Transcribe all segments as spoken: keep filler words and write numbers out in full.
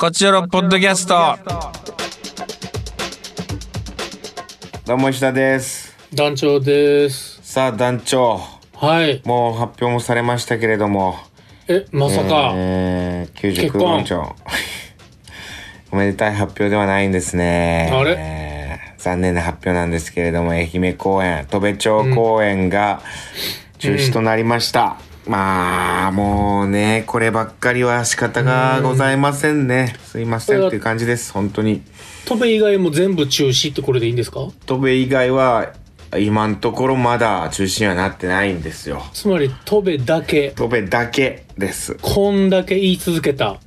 こちらのポッドキャスト。 どうも石田です。 団長です。 さあ団長、 はい、 もう発表もされましたけれども、 えまさか、 えー、きゅうじゅうきゅう号町おめでたい発表ではないんですね。 あれ、 えー、残念な発表なんですけれども、愛媛公演、戸部町公演が中止となりました、うん、まあもうねこればっかりは仕方がございませんね、うん、すいませんっていう感じです。本当に戸部以外も全部中止ってこれでいいんですか？ 戸部以外は今のところまだ中止にはなってないんですよ。 つまり戸部だけ戸部だけです。 こんだけ言い続けた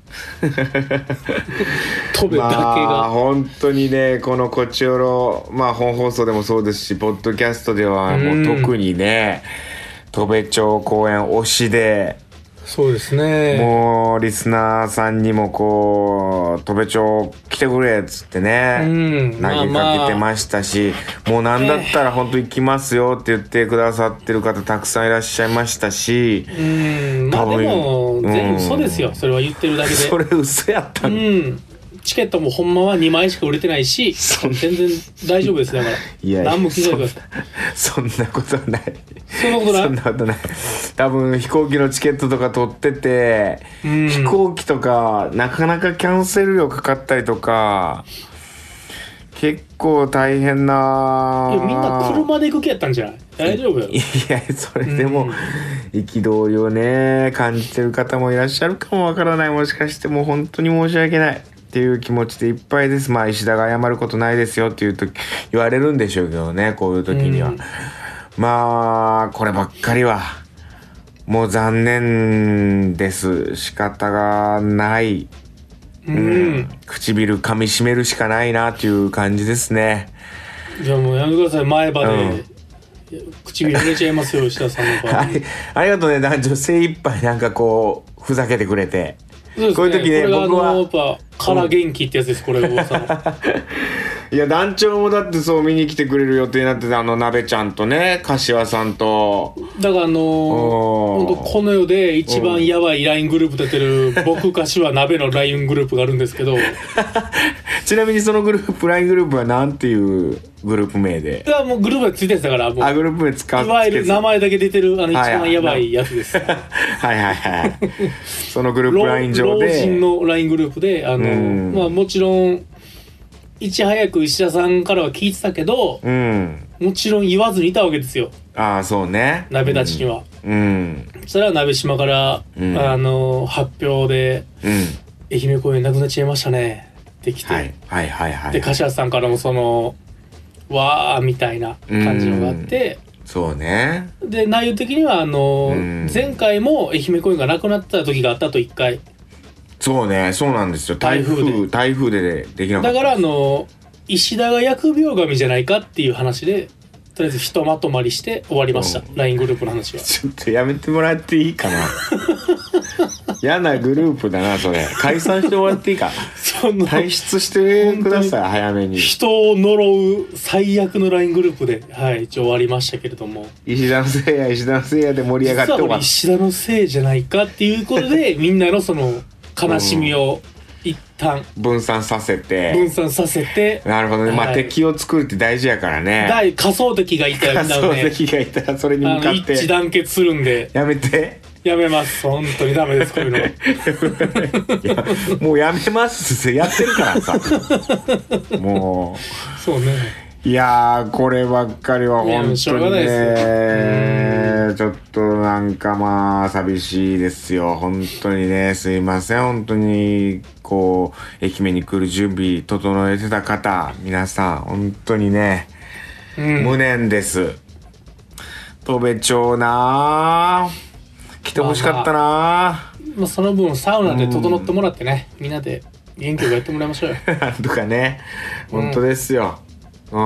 戸部だけが、まあ、本当にねこのこちおろ、まあ本放送でもそうですしポッドキャストではもう特にね戸部町公演推しで、 そうですね、 もうリスナーさんにもこう戸部町来てくれっつってね、うん、投げかけてましたし、まあまあ、もうなんだったら本当行きますよって言ってくださってる方たくさんいらっしゃいましたし、 うん、まあでも全部嘘ですよ、うん、それは言ってるだけで。 それ嘘やったの、うん、 チケットもほんまはにまいしか売れてないし全然大丈夫ですだからいやいや何も気づいてください。 そんなことないそんなことないそんなことない多分飛行機のチケットとか取ってて、うん、飛行機とかなかなかキャンセル料かかったりとか結構大変な。 いやみんな車で行く気やったんじゃない？大丈夫よ。 いやそれでも憤りをね感じてる方もいらっしゃるかもわからない。もしかしてもう本当に申し訳ないっていう気持ちでいっぱいです。まあ石田が謝ることないですよっていうと言われるんでしょうけどね、こういう時には、うん、まあこればっかりはもう残念です。仕方がない、うんうん、唇噛み締めるしかないなっていう感じですね。 じゃあもうやめてください。前歯で、うん、唇入れちゃいますよ石田さんの場合あり、 ありがとうね男女精一杯なんかこうふざけてくれて。 そうですね、 こういう時ねこれが僕はあのやっぱから元気ってやつです、うん、これ噂のいや団長もだってそう見に来てくれる予定になってたあの鍋ちゃんとね柏さんと。 だからあのー、本当この世で一番やばい ライン グループ出てる僕柏鍋の ライン グループがあるんですけどちなみにそのグループ ライン グループはなんていうグループ名で？ いやもうグループがついてるんですからもうあグループ名使ういわゆる名前だけ出てるあの一番やばいやつです。 はいはいはいそのグループ ライン 上で老人の ライン グループであの、まあ、もちろんいち早く石田さんからは聞いてたけど、うん、もちろん言わずにいたわけですよ。 ああそうね鍋たちには、うん、そしたら鍋島から、うん、あの発表で、うん、愛媛公園なくなっちゃいましたねってきて、はいはいはいはい、で柏さんからもそのわーみたいな感じのがあって、 うん、そうね。 で内容的にはあの、うん、前回も愛媛公園がなくなった時があったといっかい。 そうねそうなんですよ。台風で台風でできなかった。 だからあの石田が疫病神じゃないかっていう話でとりあえずひとまとまりして終わりました、うん、ライン グループの話は。 ちょっとやめてもらっていいかな嫌なグループだなそれ。解散して終わっていいかその退出してください早めに。 人を呪う最悪の ライン グループで、はい、一応終わりましたけれども、 石田のせいや石田のせいやで盛り上がって終わった。 石田のせいじゃないかっていうことでみんなのその悲しみを一旦分散させて分散させてなるほどね、はい、まあ敵を作るって大事やからね。 大仮想敵がいたらみんなね仮想敵がいたらそれに向かって一致団結するんでやめてやめます本当にダメですこういうのいやもうやめますってやってるからさもうそうね。 いやーこればっかりは本当にねちょっとなんかまあ寂しいですよ本当にね。すいません本当にこう愛媛に来る準備整えてた方皆さん本当にね、うん、無念です。戸部町なー来てほしかったなー、まあまあまあ、その分サウナで整ってもらってね、うん、みんなで元気よくやってもらいましょうよとかね本当ですよ、うん、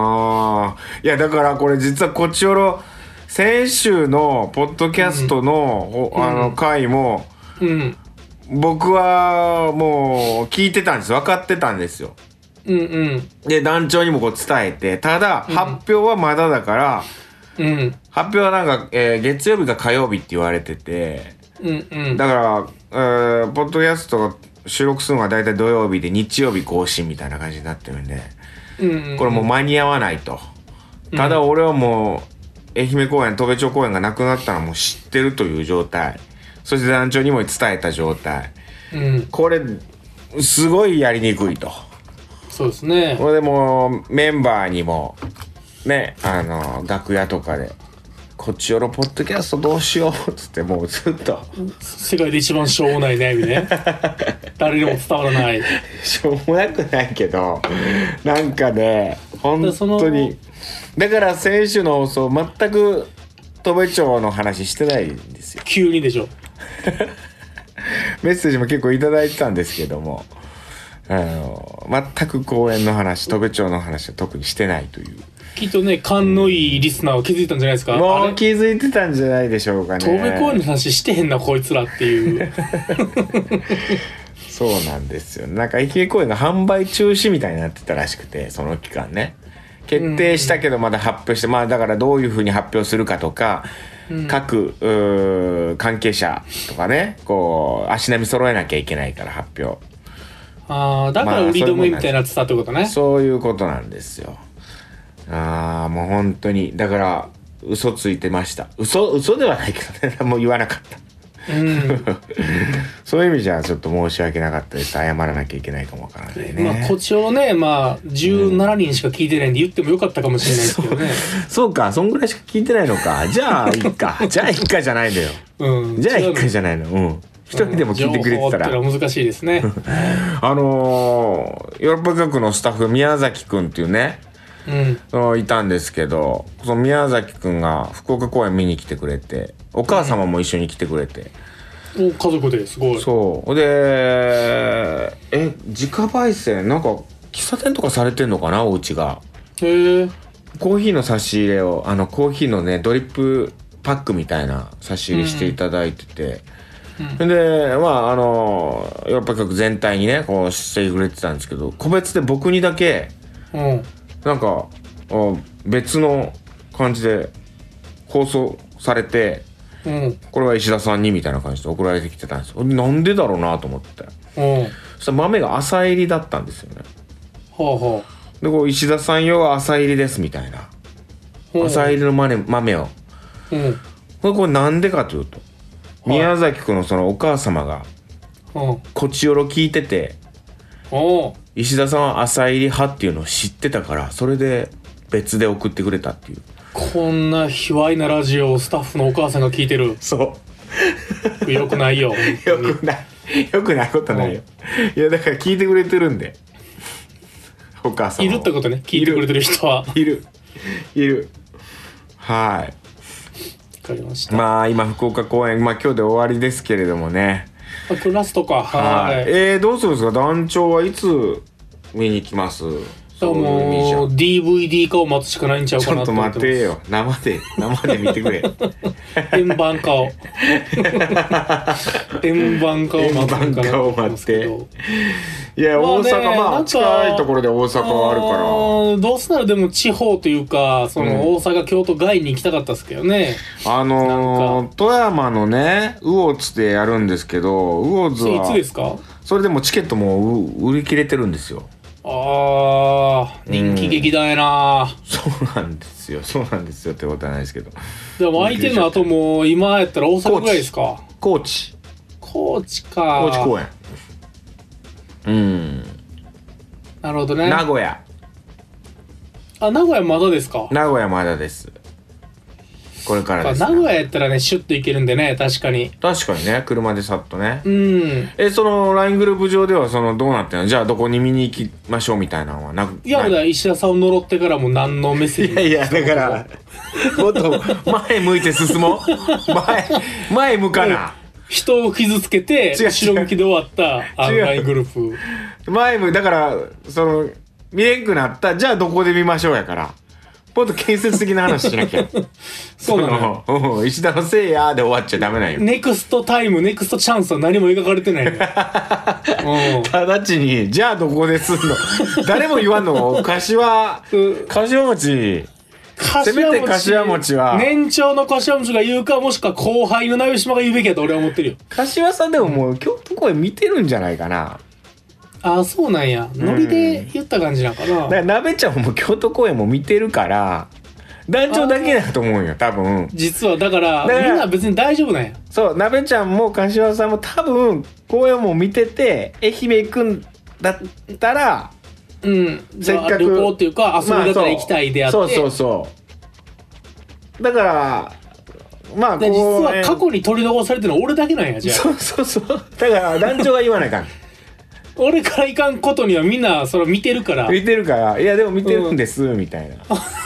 あいやだからこれ実はこちおろ先週のポッドキャストの、うん、あの回も、うん、僕はもう聞いてたんです。分かってたんですよ、うんうん、で団長にもこう伝えてただ、うん、発表はまだだから、うん、発表はなんか、えー、月曜日か火曜日って言われてて、うんうん、だから、えー、ポッドキャスト収録するのがだいたい土曜日で日曜日更新みたいな感じになってるんで、 うんうんうん、 これもう間に合わないと。ただ俺はもう愛媛公園、戸部町公園がなくなったのはもう知ってるという状態、そして団長にも伝えた状態、 うん、 これすごいやりにくいと。 そうですね。 これでもうメンバーにもね、あの楽屋とかでこっちよろポッドキャストどうしようっつってもうずっと世界で一番しょうもない悩みね誰にも伝わらないしょうもなくないけどなんかね本当にだから選手のそう全く戸部町の話してないんですよ。 急にでしょメッセージも結構いただいてたんですけども、あの全く公園の話、戸部町の話は特にしてないという。 きっとね、勘のいいリスナーは気づいたんじゃないですか。 もう気づいてたんじゃないでしょうかね。 戸部公園の話してへんなこいつらっていうそうなんですよ。なんか愛媛公園が販売中止みたいになってたらしくて、その期間ね決定したけどまだ発表して、まあだからどういうふうに発表するかとか、うん、各関係者とかね、こう足並み揃えなきゃいけないから発表。 ああ、だから売り止めみたいになってたってことね。 そういうことなんですよ。ああ、もう本当にだから嘘ついてました。嘘嘘ではないけどね、もう言わなかった。うん、そういう意味じゃちょっと申し訳なかったです。謝らなきゃいけないかもわからないね。 まあこっちをね、まあじゅうななにんしか聞いてないんで言ってもよかったかもしれないですけどね。 そう、そうか、そんぐらいしか聞いてないのか。じゃあいいか。じゃあいいかじゃないんだよ。うん、じゃあいいかじゃないの。うん。一人でも聞いてくれてたら。 うん、難しいですね。 あのー、ヨーロッパ局のスタッフ宮崎くんっていうね。うん、いたんですけど、その宮崎くんが福岡公演見に来てくれて、お母様も一緒に来てくれて、 うん、家族ですごい。 そうで、え自家焙煎なんか喫茶店とかされてんのかな、お家が。 へえ。 コーヒーの差し入れを、あのコーヒーのねドリップパックみたいな差し入れしていただいてて、うん、でまああのヨーロッパ局全体にねこうしてくれてたんですけど、個別で僕にだけ、うん、なんか別の感じで放送されて、うん、これは石田さんにみたいな感じで送られてきてたんですよ。なんでだろうなと思って、うん、そしたら豆が浅入りだったんですよね。 ほうほうでこう石田さん用は浅入りですみたいな、ほう浅入りの豆、豆を、うん、これなんでかというと、はい、宮崎くんのそのお母様が、うん、こちよろ聞いてて、お石田さんは浅入り派っていうのを知ってたから、それで別で送ってくれたっていう。 こんな卑猥なラジオをスタッフのお母さんが聞いてる。 そうよくないよ。 よくないよくないことないよ、うん、いやだから聞いてくれてるんで、お母さんいるってことね、聞いてくれてる人はいるいるはい。 わかりました。 まあ今福岡公演、まあ今日で終わりですけれどもね。 あ、今日ラストか。 はい、はい、えー、どうするんですか、団長はいつ見に来ます？ そうもう ディーブイディー 化を待つしかないんちゃうかなと思ってます。 ちょっと待てよ、生で生で見てくれ。 円盤化を円盤化を待つかなと思いますけど、 いや、まあね、大阪まあ近いところで大阪はあるから、 どうせならでも地方というかその大阪、うん、京都外に行きたかったですけどね。 あのー、富山のね魚津でやるんですけど、魚津はいつですか？ それでもチケットも売り切れてるんですよ。 ああ、人気劇団やな、うん、 そうなんですよ、そうなんですよってことはないですけど。 でも相手の後も今やったら大阪ぐらいですか？ 高知高知か。 高知公演。うん、 なるほどね。 名古屋。 あ、名古屋まだですか？ 名古屋まだです。これからです、ね、 名古屋やったらねシュッと行けるんでね、確かに確かにね、車でさっとね。 うん。 え、その ライン グループ上ではそのどうなってんの？じゃあどこに見に行きましょうみたいなのはなく。 いや、だから石田さんを呪ってからも何のメッセージ。 いやいや、だからもっと前向いて進もう。前前向かな。 人を傷つけて後ろ向きで終わったあの ライン グループ。前向だからその見れんくなった、じゃあどこで見ましょうやから。もっと建設的な話しなきゃ。 そうなの、 うん、石田のせいやで終わっちゃダメなんよ。 ネクストタイム、ネクストチャンスは何も描かれてないの。 直ちにじゃあどこですんの。誰も言わんの。柏柏町。 せめて柏餅は年長の柏餅が言うか、もしくは後輩の鍋島が言うべきだと俺は思ってるよ。 柏さんでももう京都公演見てるんじゃないかな。 ああそうなんや、ノリで言った感じなんかな。だから鍋ちゃんも京都公演も見てるから団長だけだと思うよ多分。 実はだからみんな別に大丈夫なんや。 そう鍋ちゃんも柏さんも多分公演も見てて愛媛行くんだったら、 うん、せっかく旅行っていうか遊びだったら行きたいであって、まあ、そうそうそうだからまあこう実は過去に取り残されてるの俺だけなんや。じゃあそうそうそうだから団長が言わないかん俺からいかんことにはみんなそれ見てるから見てるからいやでも見てるんです、うん、みたいな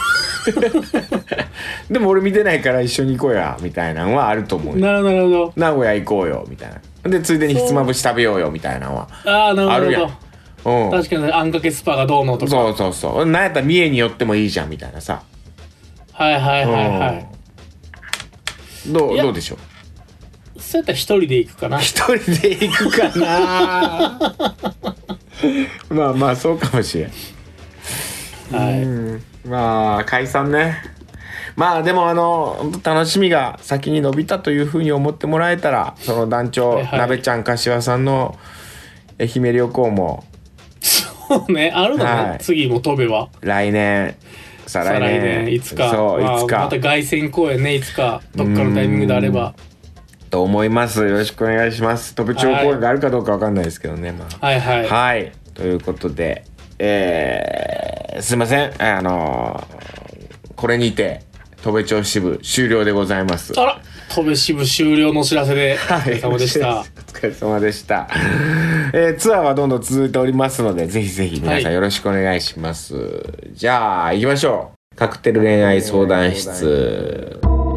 でも俺見てないから一緒に行こうやみたいなのはあると思う。 なるほど。 名古屋行こうよみたいなでついでにひつまぶし食べようよみたいなのはああなるほど。 あるやん。うん、 確かにあんかけスパがどうのとかそうそうそうなんやったら三重に寄ってもいいじゃんみたいなさ。 はいはいはいはい、 うん、どうどうでしょう。 そうやったら一人で行くかな。 一人で行くかなまあまあそうかもしれん。はい、うんまあ解散ね。まあでもあの楽しみが先に伸びたというふうに思ってもらえたらその団長、はいはい、鍋ちゃん柏さんの愛媛旅行もそうねあるのね、はい、次も飛べば来年再来 年, 再来年いつかそう、まあ、いつかまた凱旋公演ねいつかどっかのタイミングであればと思います。よろしくお願いします。飛ぶ町公演があるかどうかわかんないですけどね、まあ、 はいはいはいということで、えー、すいませんあのー、これにて戸部町支部終了でございます。 あら戸部支部終了のお知らせでお疲れ様でした、はい、お疲れ様でした、えー、ツアーはどんどん続いておりますのでぜひぜひ皆さんよろしくお願いします、はい、じゃあ行きましょう。カクテル恋愛相談室。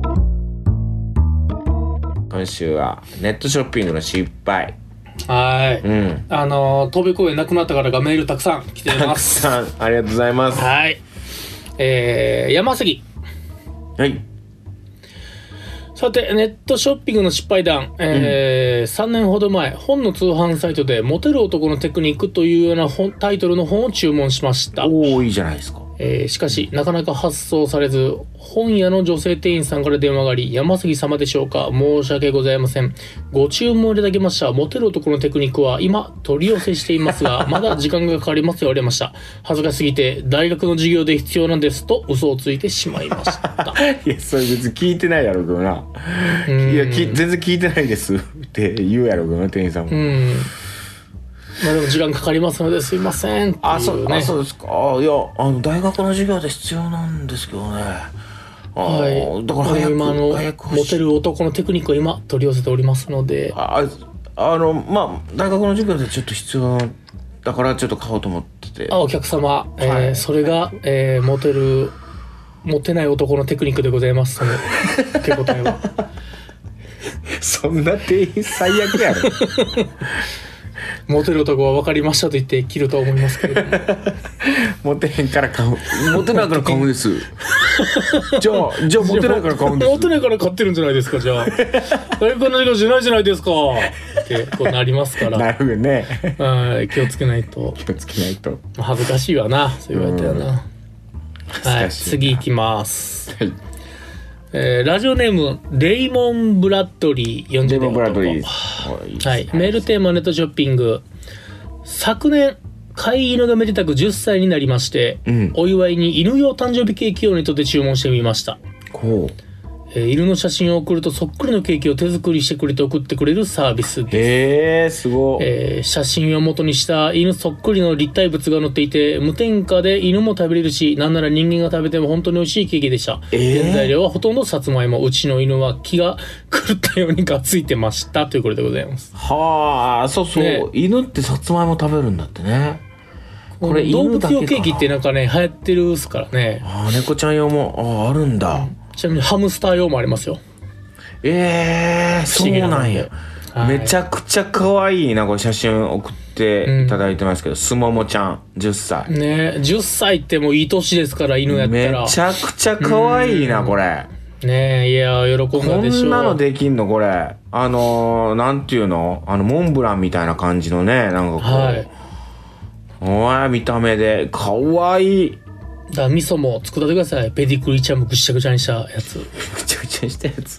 今週はネットショッピングの失敗。 はい、うん、あの戸部公演なくなったからがメールたくさん来ています。 たくさんありがとうございます。 はい、えー、山杉。 はいさてネットショッピングの失敗談、えーうん、さんねんほど前本の通販サイトでモテる男のテクニックというような本タイトルの本を注文しました。 おーいいじゃないですか。 えー、しかしなかなか発送されず本屋の女性店員さんから電話があり山杉様でしょうか申し訳ございませんご注文いただきましたモテる男のテクニックは今取り寄せしていますがまだ時間がかかりますと言われました。恥ずかしすぎて大学の授業で必要なんですと嘘をついてしまいましたいやそれ別に聞いてないやろうけどな。いやき全然聞いてないですって言うやろうけどな店員さんも。うんまあでも時間かかりますのですいませんっていう、ね、 あ, そあそうですか。いやあの大学の授業で必要なんですけどね。 はいだから早く今のモテる男のテクニックを今取り寄せておりますのでああのまあ大学の授業でちょっと必要だからちょっと買おうと思ってて。 あお客様、はいえー、それが、えー、モテるモテない男のテクニックでございます。その手応えはそんな店員最悪やろモテる男は分かりましたと言って切ると思いますけれどもモテへんから買うモテないから買うんですじゃあじゃあモテないから買うんですモテないから買ってるんじゃないですか。じゃあ大学の授業じゃないじゃないですかってこうなりますからなるほどねはい気をつけないと気をつけないと恥ずかしいわなそう言われたらな。はい、次行きます。はい、えー、ラジオネームレイモン・ブラッドリーよんじゅう代男。レイモン・ブラッドリー、はい、メールテーマネットショッピング。昨年飼い犬がめでたくじゅっさいになりまして、うん、お祝いに犬用誕生日ケーキ用にとって注文してみました。 こうえー、犬の写真を送るとそっくりのケーキを手作りしてくれて送ってくれるサービスです。 へーすごい、 えー、写真を元にした犬そっくりの立体物が載っていて無添加で犬も食べれるしなんなら人間が食べても本当に美味しいケーキでした。えー、原材料はほとんどさつまいも。うちの犬は気が狂ったようにがっついてましたということでございます。 はあそうそう、ね、犬ってさつまいも食べるんだってね。 これ動物用ケーキってなんかね流行ってるっすからね。 あ猫ちゃん用も あ, あるんだ、うんちなみにハムスター用もありますよ。 えー、そうなんや、はい、めちゃくちゃ可愛いな。これ写真送っていただいてますけど、うん、すももちゃんじゅっさいね。じゅっさいってもういい年ですから犬やったらめちゃくちゃ可愛いなこれね。いや喜んだでしょう。 こんなのできんのこれ。あのー、なんていうのあのモンブランみたいな感じのねなんかこう、はい、おい見た目で可愛いだから味噌も作ってください。ペディクリーちゃんもぐちゃぐちゃにしたやつ。 ぐちゃぐちゃにしたやつ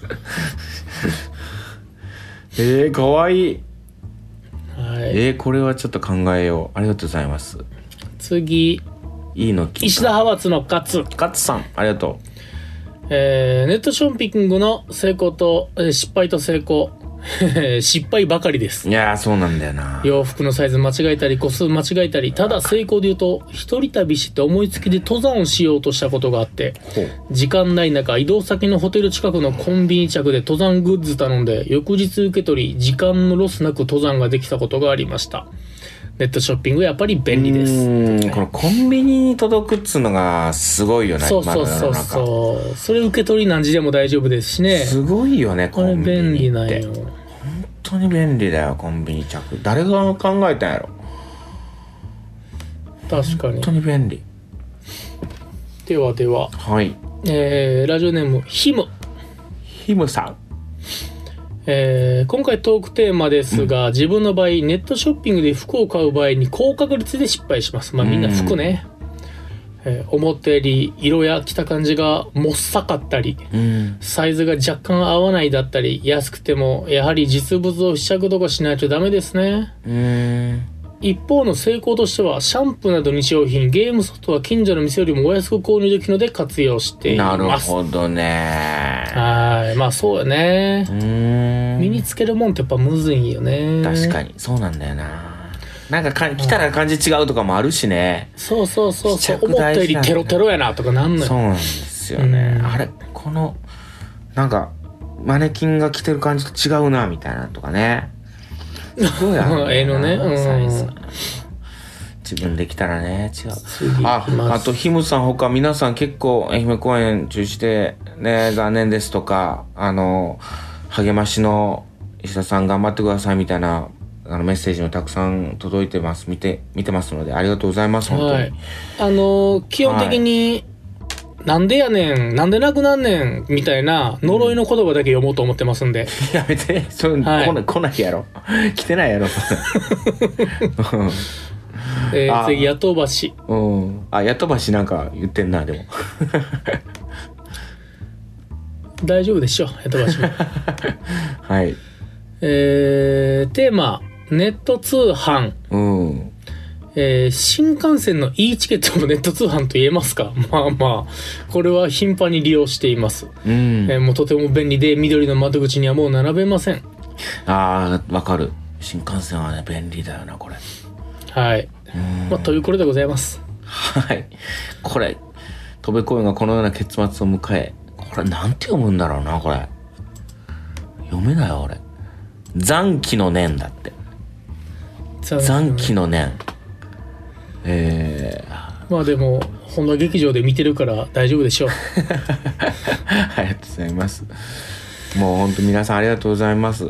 えー、かわいい。はい、えー、これはちょっと考えよう。ありがとうございます。 次、 いいの石田派閥のカツカツさん、ありがとう。 えー、ネットショッピングの成功と、えー、失敗と成功失敗ばかりです。 いやー、そうなんだよな。 洋服のサイズ間違えたり個数間違えたり、ただ成功で言うと一人旅して思いつきで登山をしようとしたことがあって、時間ない中移動先のホテル近くのコンビニ着で登山グッズ頼んで翌日受け取り、時間のロスなく登山ができたことがありました。ネットショッピングやっぱり便利です。 うん、このコンビニに届くっつうのがすごいよね。 そうそうそうそう。それ受け取り何時でも大丈夫ですしね。 すごいよね、 コンビニって。これ便利なんよ。 本当に便利だよ、コンビニ着。誰が考えたんやろ。 確かに。 本当に便利。 ではでは。 はい。 えー、ラジオネームヒム。 ヒムさん。 えー、今回トークテーマですが、うん、自分の場合ネットショッピングで服を買う場合に高確率で失敗します。まあみんな服ね、うん、えー、思ったより色や着た感じがもっさかったり、うん、サイズが若干合わないだったり、安くてもやはり実物を試着とかしないとダメですね。うん、一方の成功としてはシャンプーなど日用品、ゲームソフトは近所の店よりもお安く購入できるので活用しています。 なるほどね。 はい、まあそうよね。うーん、身につけるもんってやっぱむずいよね。 確かにそうなんだよな。なんかか来たら感じ違うとかもあるしね。 そうそうそうそう、思ったよりテロテロやなとかなんのよ。 そうなんですよね。あれ、このなんかマネキンが着てる感じと違うなみたいなとかね。どうやろうね。 ええのね、うん、 サイズ自分できたらね、違う。あ、あとヒムさん他皆さん結構愛媛公演中止してね、残念ですとか、あの励ましの石田さん頑張ってくださいみたいなあのメッセージもたくさん届いてます。見て見てますのでありがとうございます。本当に、はい、 あの基本的に、はい、なんでやねん、なんでなくなんねんみたいな呪いの言葉だけ読もうと思ってますんで、 うん、やめて、そういうの、はい、来ない、来ないやろ来てないやろえー、次、ヤトバシ。 うん。あ、ヤトバシなんか言ってんな、でも。 大丈夫でしょ、ヤトバシも。 はい。 えー、テーマ、ネット通販。うん。えー、新幹線の E チケットもネット通販と言えますか？まあまあ、これは頻繁に利用しています。うん。えー、もうとても便利で、緑の窓口にはもう並べません。 あー、わかる。新幹線はね、便利だよな、これ。 はい。まあ、ということでございます。 はい。これ、戸部公演がこのような結末を迎え、これなんて読むんだろうな、これ。読めないよ、俺。残機の念だって。残機の念。えー。まあでも、本田劇場で見てるから大丈夫でしょう。 ありがとうございます。もう本当皆さんありがとうございます。 はい。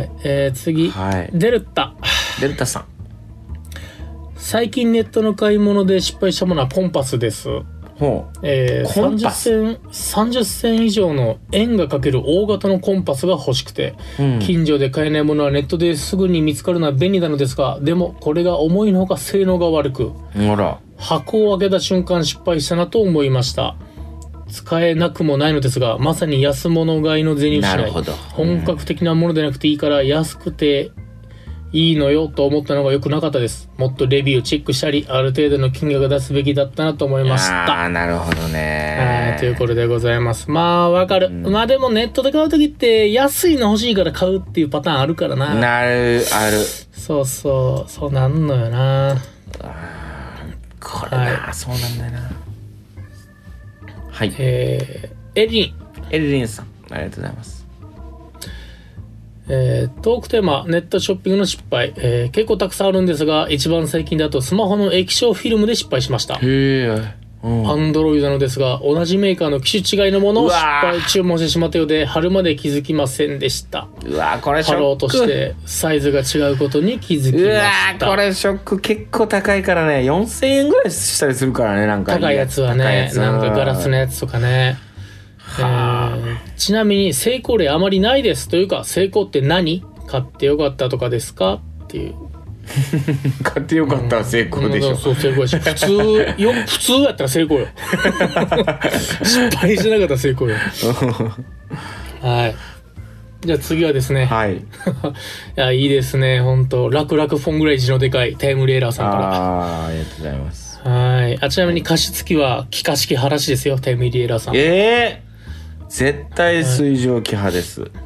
えー、次。はい。デルタ。 デルタさん。 最近ネットの買い物で失敗したものはコンパスです。ほう、えー、さんじゅっせんさんじゅっせん以上の円が描ける大型のコンパスが欲しくて、うん、近所で買えないものはネットですぐに見つかるのは便利なのですが、でもこれが思いのほか性能が悪く、あら、箱を開けた瞬間失敗したなと思いました。使えなくもないのですが、まさに安物買いの銭失い。なるほど、うん、本格的なものでなくていいから安くていいのよと思ったのが良くなかったです。もっとレビューチェックしたり、ある程度の金額出すべきだったなと思いました。 ああ、なるほどね。 はい、ということでございます。まあ、わかる。うん、まあでもネットで買うときって安いの欲しいから買うっていうパターンあるからな。 なる、ある。 そうそう、そうなんのよな。あ、 これな、はい、そうなんだよな。はい。 えー、エリリン。 エリリンさん、ありがとうございます。 えー、トークテーマ、ネットショッピングの失敗、えー、結構たくさんあるんですが、一番最近だとスマホの液晶フィルムで失敗しました。へー。アンドロイドなのですが、同じメーカーの機種違いのものを失敗注文してしまったようで、貼るまで気づきませんでした。 うわ、これショック。 貼ろうとしてサイズが違うことに気づきました。うわ、これショック。結構高いからね、よんせんえんぐらいしたりするからね、なんか。 高いやつはね、なんかガラスのやつとかね。えー、ちなみに成功例あまりないです。というか、成功って何？買ってよかったとかですかっていう。 買ってよかったら成功でしょ、うん、 そう成功でしょ普通よ普通やったら成功よ失敗しなかったら成功よはい。じゃあ次はですね。 はい。いや、いいですね。ほんと。楽々フォンぐらい字のでかいタイムレーラーさんから。 ああ、ありがとうございます。 はい。あ、ちなみに加湿器は気化式晴らしですよ。タイムレーラーさん。 ええー、絶対水蒸気派です。はい、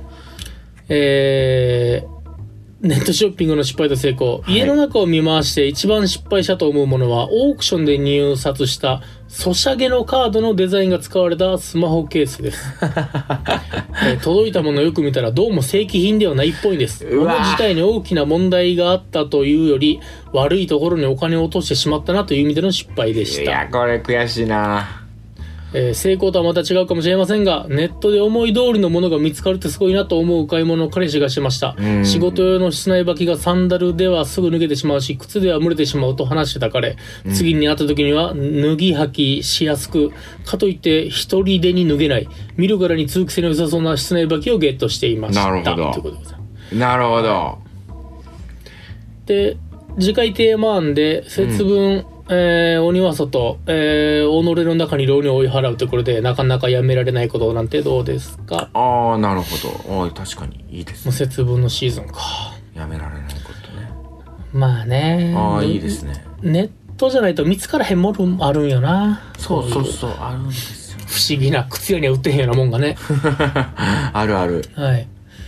えー、ネットショッピングの失敗と成功、はい、家の中を見回して一番失敗したと思うものはオークションで入札したソシャゲのカードのデザインが使われたスマホケースです、えー、届いたものをよく見たらどうも正規品ではないっぽいんです。もの自体に大きな問題があったというより悪いところにお金を落としてしまったなという意味での失敗でした。 いやこれ悔しいな。 えー、成功とはまた違うかもしれませんが、ネットで思い通りのものが見つかるってすごいなと思う買い物を彼氏がしました。仕事用の室内履きがサンダルではすぐ脱げてしまうし、靴では蒸れてしまうと話してた彼、うん、次に会った時には脱ぎ履きしやすく、かといって一人でに脱げない、見るからに通気性の良さそうな室内履きをゲットしていました。 なるほど。 ということでございます。 なるほど。 で、次回テーマ案で節分、うんえー、鬼は外、えー、己の中に浪人を追い払うということでなかなかやめられないことなんてどうですか。 ああなるほど。おい確かにいいです、ね、 もう節分のシーズンか。 やめられないことね。 まあね。 ああいいですね。 ネットじゃないと見つからへんものあるんよな。 そうそうそうあるんですよ。 不思議な靴屋には売ってへんようなもんがねあるある。 はい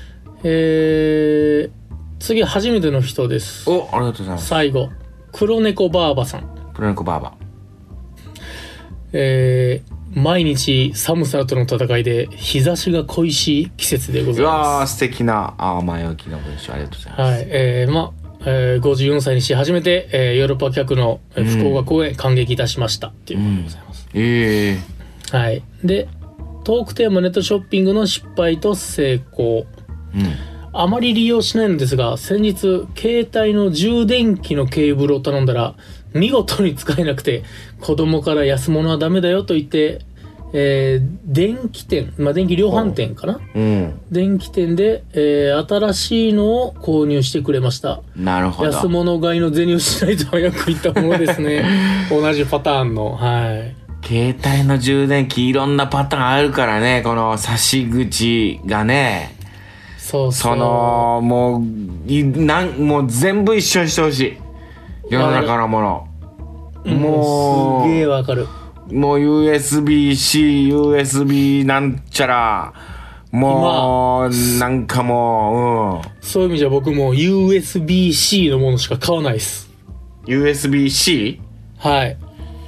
えー、次初めての人です。 おありがとうございます。 最後黒猫ばあばさん。 黒猫ばあば。 えー、毎日寒さとの戦いで日差しが恋しい季節でございます。 うわー素敵なあ前置きの文章ありがとうございます。 はいえー、まえー、ごじゅうよんさいにして初めて、えー、ヨーロッパ客の福岡公演感激いたしましたっていうことでございます。 うん、ええー、 はいでトークテーマネットショッピングの失敗と成功。うんあまり利用しないのですが、先日携帯の充電器のケーブルを頼んだら見事に使えなくて、子供から安物はダメだよと言って、えー、電気店、まあ電気量販店かな、うん、電気店で、えー、新しいのを購入してくれました。 なるほど。 安物買いの銭をしないと早くいったものですね同じパターンの。はい携帯の充電器いろんなパターンあるからね、この差し口がね。 そうそうそのもういなんもう全部一緒にしてほしい世の中のもの。もうすげえわかる。 もう ユーエスビー-C、ユーエスビー なんちゃらもうなんかもう、うん、 そういう意味じゃ僕も ユーエスビー-C のものしか買わないです。 ユーエスビー-C？ はい。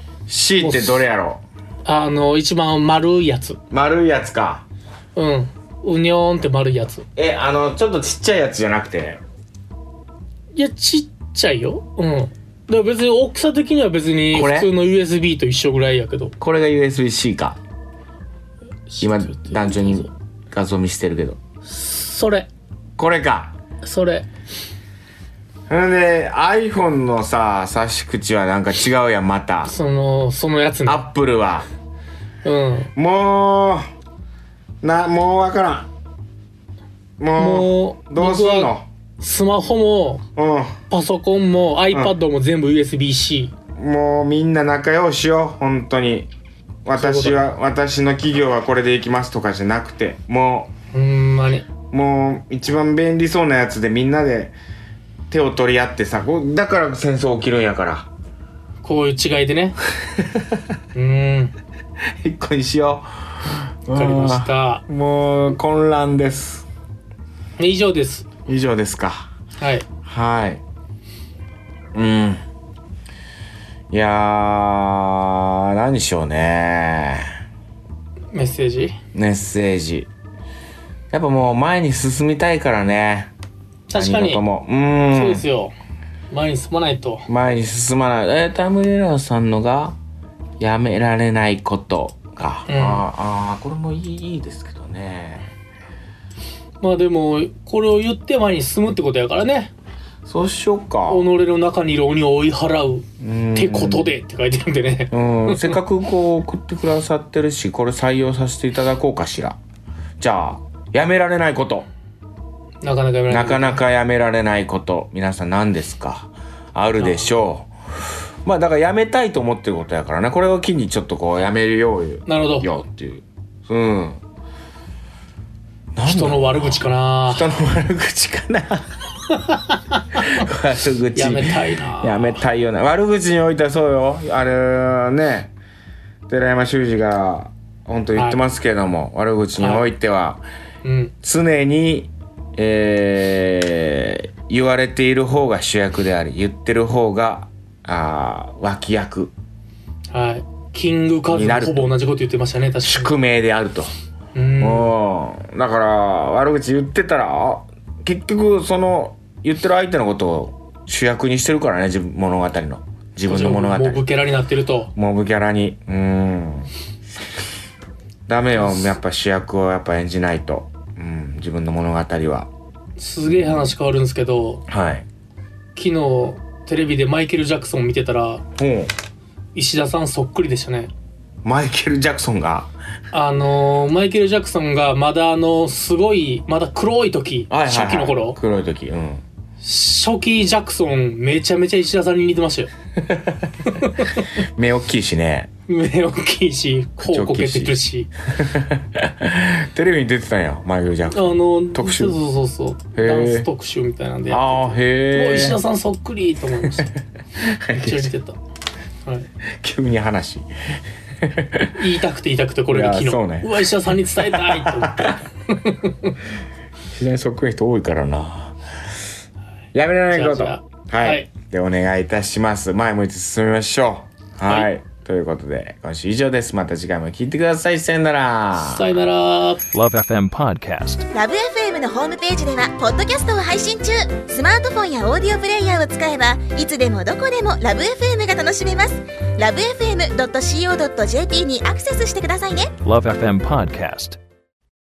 C ってどれやろ。 あの一番丸いやつ。 丸いやつか。 うんうにょーんって丸いやつ。 え、あの、ちょっとちっちゃいやつじゃなくて。 いや、ちっちゃいよ。うん。だから別に大きさ的には別に普通の ユーエスビー と一緒ぐらいやけど。 これが ユーエスビー-C か。今、団長に画像見せてるけど。 それ。 これか。 それ。 それで、iPhone のさ、差し口はなんか違うやん、また。 その、そのやつね。 Apple は。 うん。 もう、な、もうわからん。もう、もうどうすんの。 スマホも、うん、パソコンも iPad も全部 ユーエスビー-C、 うん、もうみんな仲良しよ本当に。私は私の企業はこれでいきますとかじゃなくて、もううんまにもう一番便利そうなやつでみんなで手を取り合ってさ、だから戦争起きるんやから。 こういう違いでねうん一個にしよう。わかりました。 もう混乱です。 以上です。 以上ですか。 はいはい。うんいやー何しようね。 メッセージメッセージやっぱもう前に進みたいからね。 確かにもうんそうですよ。前に進まないと。 前に進まない。えー、タムレラーさんのがやめられないことか、うん、ああこれもいい、いいですけどね。 まあでもこれを言って前に進むってことやからね。 そうしようか。 己の中にいる鬼を追い払うってことでって書いてるんでね。 うんせっかくこう送ってくださってるし、これ採用させていただこうかしら。じゃあやめられないこと。 なかなかやめられないなかなかやめられないこと、皆さん何ですか。 あるでしょう。まあだからやめたいと思ってることやからね。これを機にちょっとこうやめるようなるほどよっていう。うん。 人の悪口かな。 人の悪口かな。悪口やめたいな。 やめたいよな。悪口においてはそうよ。あれね、寺山修司が本当言ってますけれども、はい、悪口においては、はいうん、常に、えー、言われている方が主役であり、言ってる方があ脇役。 はい。キングカズもほぼ同じこと言ってましたね。確かに。 宿命であると。うん。だから悪口言ってたら結局その言ってる相手のことを主役にしてるからね、自分物語の自分の物語。 モブキャラになってると。 モブキャラに。うん。ダメよ、やっぱ主役をやっぱ演じないと。うん、自分の物語は。 すげえ話変わるんですけど。 はい。 昨日テレビでマイケル・ジャクソン見てたら、石田さんそっくりでしたね。 マイケル・ジャクソンがあのー、マイケル・ジャクソンがまだあのすごいまだ黒い時、はいはいはい、初期の頃黒い時、うん、 初期ジャクソンめちゃめちゃ石田さんに似てましたよ。 目大きいしね。 目大きいし頬こけてるしテレビに出てたんやマイケル・ジャクソン。あの特集、 そうそうそうダンス特集みたいなんでやってて、 あへー石田さんそっくりと思いました。めっちゃ似てた。はい、 急に話言いたくて言いたくてこれが昨日う、ね、うわ石田さんに伝えたいと思って自然そっくり人多いからな。やめられないことはい、はい、でお願いいたします。前向いて進みましょう。はい、はい、ということで今週以上です。また次回も聞いてください。さよなら。 さよなら。 Love エフエム Podcast Love エフエム のホームページではポッドキャストを配信中。スマートフォンやオーディオプレイヤーを使えばいつでもどこでも Love エフエム が楽しめます。 ラブエフエムドットシーオードットジェーピー にアクセスしてくださいね。 Love エフエム Podcast